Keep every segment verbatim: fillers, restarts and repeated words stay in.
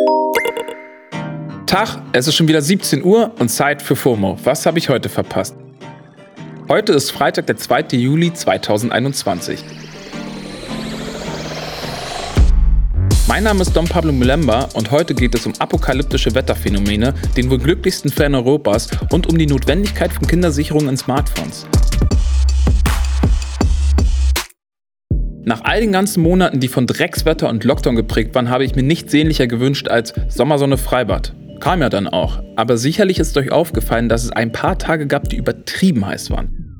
Tag, es ist schon wieder siebzehn Uhr und Zeit für FOMO. Was habe ich heute verpasst? Heute ist Freitag, der zweite Juli zweitausendeinundzwanzig. Mein Name ist Don Pablo Mulemba und heute geht es um apokalyptische Wetterphänomene, den wohl glücklichsten Fan Europas und um die Notwendigkeit von Kindersicherung in Smartphones. Nach all den ganzen Monaten, die von Dreckswetter und Lockdown geprägt waren, habe ich mir nichts sehnlicher gewünscht als Sommersonne Freibad. Kam ja dann auch, aber sicherlich ist euch aufgefallen, dass es ein paar Tage gab, die übertrieben heiß waren.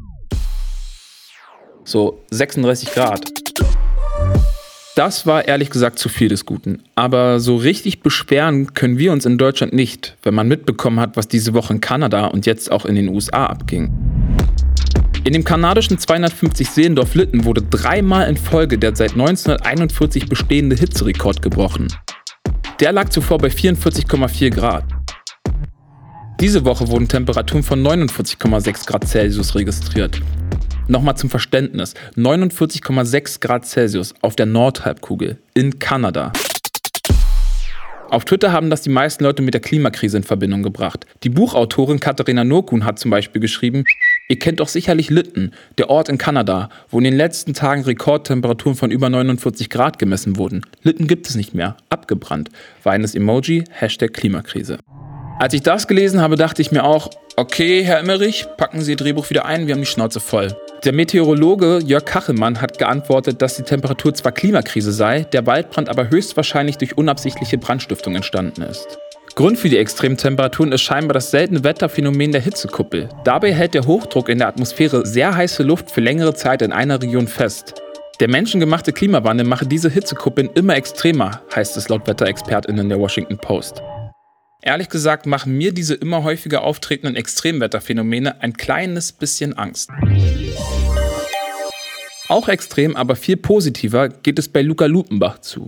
So sechsunddreißig Grad. Das war ehrlich gesagt zu viel des Guten. Aber so richtig beschweren können wir uns in Deutschland nicht, wenn man mitbekommen hat, was diese Woche in Kanada und jetzt auch in den U S A abging. In dem kanadischen zweihundertfünfzig Seelendorf Lytton wurde dreimal in Folge der seit neunzehnhunderteinundvierzig bestehende Hitzerekord gebrochen. Der lag zuvor bei vierundvierzig Komma vier Grad. Diese Woche wurden Temperaturen von neunundvierzig Komma sechs Grad Celsius registriert. Nochmal zum Verständnis, neunundvierzig Komma sechs Grad Celsius auf der Nordhalbkugel in Kanada. Auf Twitter haben das die meisten Leute mit der Klimakrise in Verbindung gebracht. Die Buchautorin Katharina Nurkun hat zum Beispiel geschrieben: Ihr kennt doch sicherlich Lytton, der Ort in Kanada, wo in den letzten Tagen Rekordtemperaturen von über neunundvierzig Grad gemessen wurden. Lytton gibt es nicht mehr, abgebrannt. Weinendes Emoji, Hashtag Klimakrise. Als ich das gelesen habe, dachte ich mir auch, okay, Herr Emmerich, packen Sie Ihr Drehbuch wieder ein, wir haben die Schnauze voll. Der Meteorologe Jörg Kachelmann hat geantwortet, dass die Temperatur zwar Klimakrise sei, der Waldbrand aber höchstwahrscheinlich durch unabsichtliche Brandstiftung entstanden ist. Grund für die extremen Temperaturen ist scheinbar das seltene Wetterphänomen der Hitzekuppel. Dabei hält der Hochdruck in der Atmosphäre sehr heiße Luft für längere Zeit in einer Region fest. Der menschengemachte Klimawandel mache diese Hitzekuppeln immer extremer, heißt es laut WetterexpertInnen der Washington Post. Ehrlich gesagt machen mir diese immer häufiger auftretenden Extremwetterphänomene ein kleines bisschen Angst. Auch extrem, aber viel positiver geht es bei Luca Lutenbach zu.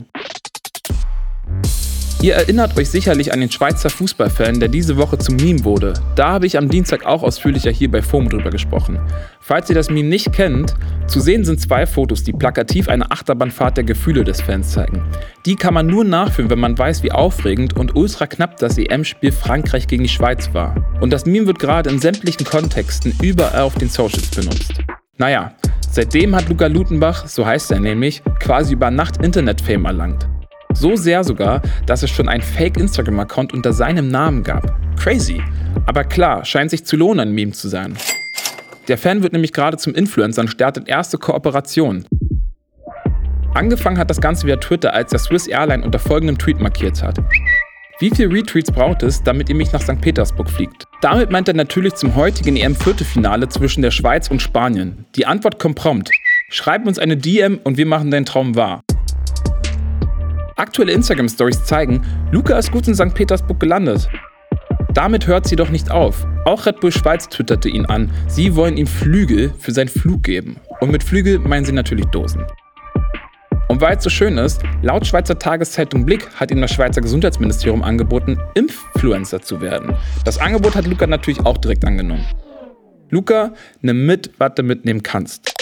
Ihr erinnert euch sicherlich an den Schweizer Fußballfan, der diese Woche zum Meme wurde. Da habe ich am Dienstag auch ausführlicher hier bei FOMO drüber gesprochen. Falls ihr das Meme nicht kennt, zu sehen sind zwei Fotos, die plakativ eine Achterbahnfahrt der Gefühle des Fans zeigen. Die kann man nur nachfühlen, wenn man weiß, wie aufregend und ultra knapp das E M-Spiel Frankreich gegen die Schweiz war. Und das Meme wird gerade in sämtlichen Kontexten überall auf den Socials benutzt. Naja, seitdem hat Luca Lutenbach, so heißt er nämlich, quasi über Nacht Internet-Fame erlangt. So sehr sogar, dass es schon einen Fake-Instagram-Account unter seinem Namen gab. Crazy. Aber klar, scheint sich zu lohnen, ein Meme zu sein. Der Fan wird nämlich gerade zum Influencer und startet erste Kooperationen. Angefangen hat das Ganze via Twitter, als der Swiss Airline unter folgendem Tweet markiert hat: Wie viele Retweets braucht es, damit ihr mich nach Sankt Petersburg fliegt? Damit meint er natürlich zum heutigen E M-Viertelfinale zwischen der Schweiz und Spanien. Die Antwort kommt prompt. Schreib uns eine D M und wir machen deinen Traum wahr. Aktuelle Instagram-Stories zeigen, Luca ist gut in Sankt Petersburg gelandet. Damit hört sie doch nicht auf. Auch Red Bull Schweiz twitterte ihn an, sie wollen ihm Flügel für seinen Flug geben. Und mit Flügel meinen sie natürlich Dosen. Und weil es so schön ist, laut Schweizer Tageszeitung Blick hat ihm das Schweizer Gesundheitsministerium angeboten, Influencer zu werden. Das Angebot hat Luca natürlich auch direkt angenommen. Luca, nimm mit, was du mitnehmen kannst.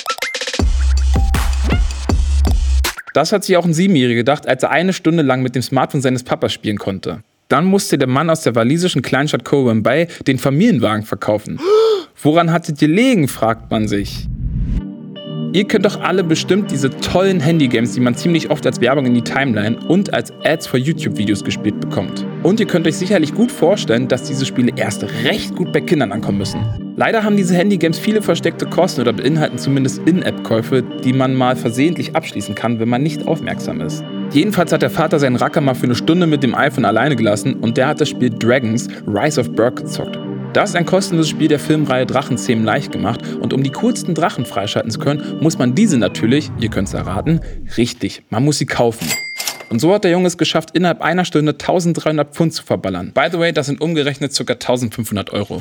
Das hat sich auch ein Siebenjähriger gedacht, als er eine Stunde lang mit dem Smartphone seines Papas spielen konnte. Dann musste der Mann aus der walisischen Kleinstadt Colwyn Bay den Familienwagen verkaufen. Woran hattet ihr gelegen, fragt man sich. Ihr könnt doch alle bestimmt diese tollen Handygames, die man ziemlich oft als Werbung in die Timeline und als Ads für YouTube-Videos gespielt bekommt. Und ihr könnt euch sicherlich gut vorstellen, dass diese Spiele erst recht gut bei Kindern ankommen müssen. Leider haben diese Handygames viele versteckte Kosten oder beinhalten zumindest In-App-Käufe, die man mal versehentlich abschließen kann, wenn man nicht aufmerksam ist. Jedenfalls hat der Vater seinen Racker mal für eine Stunde mit dem iPhone alleine gelassen und der hat das Spiel Dragons Rise of Berk gezockt. Das ist ein kostenloses Spiel der Filmreihe Drachenzähmen leicht gemacht und um die coolsten Drachen freischalten zu können, muss man diese natürlich, ihr könnt es erraten, richtig, man muss sie kaufen. Und so hat der Junge es geschafft, innerhalb einer Stunde dreizehnhundert Pfund zu verballern. By the way, das sind umgerechnet ca. eintausendfünfhundert Euro.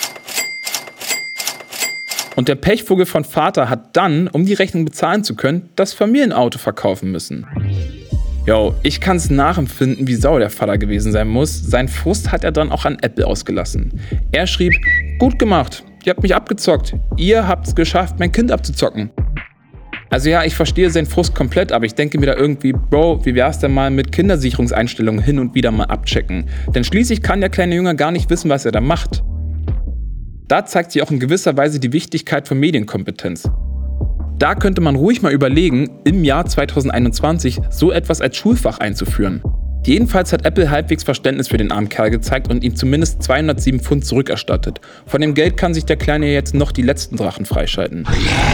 Und der Pechvogel von Vater hat dann, um die Rechnung bezahlen zu können, das Familienauto verkaufen müssen. Yo, ich kann's nachempfinden, wie sauer der Vater gewesen sein muss. Sein Frust hat er dann auch an Apple ausgelassen. Er schrieb: Gut gemacht, ihr habt mich abgezockt. Ihr habt's geschafft, mein Kind abzuzocken. Also ja, ich verstehe seinen Frust komplett, aber ich denke mir da irgendwie, Bro, wie wär's denn mal mit Kindersicherungseinstellungen hin und wieder mal abchecken? Denn schließlich kann der kleine Junge gar nicht wissen, was er da macht. Da zeigt sich auch in gewisser Weise die Wichtigkeit von Medienkompetenz. Da könnte man ruhig mal überlegen, im Jahr zweitausendeinundzwanzig so etwas als Schulfach einzuführen. Jedenfalls hat Apple halbwegs Verständnis für den armen Kerl gezeigt und ihm zumindest zweihundertsieben Pfund zurückerstattet. Von dem Geld kann sich der Kleine jetzt noch die letzten Drachen freischalten.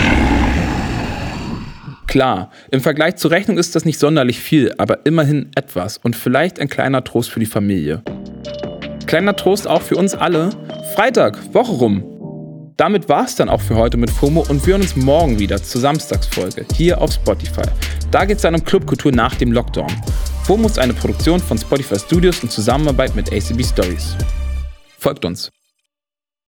Klar, im Vergleich zur Rechnung ist das nicht sonderlich viel, aber immerhin etwas und vielleicht ein kleiner Trost für die Familie. Kleiner Trost auch für uns alle. Freitag, Woche rum. Damit war es dann auch für heute mit FOMO und wir hören uns morgen wieder zur Samstagsfolge hier auf Spotify. Da geht es dann um Clubkultur nach dem Lockdown. FOMO ist eine Produktion von Spotify Studios in Zusammenarbeit mit A C B Stories. Folgt uns.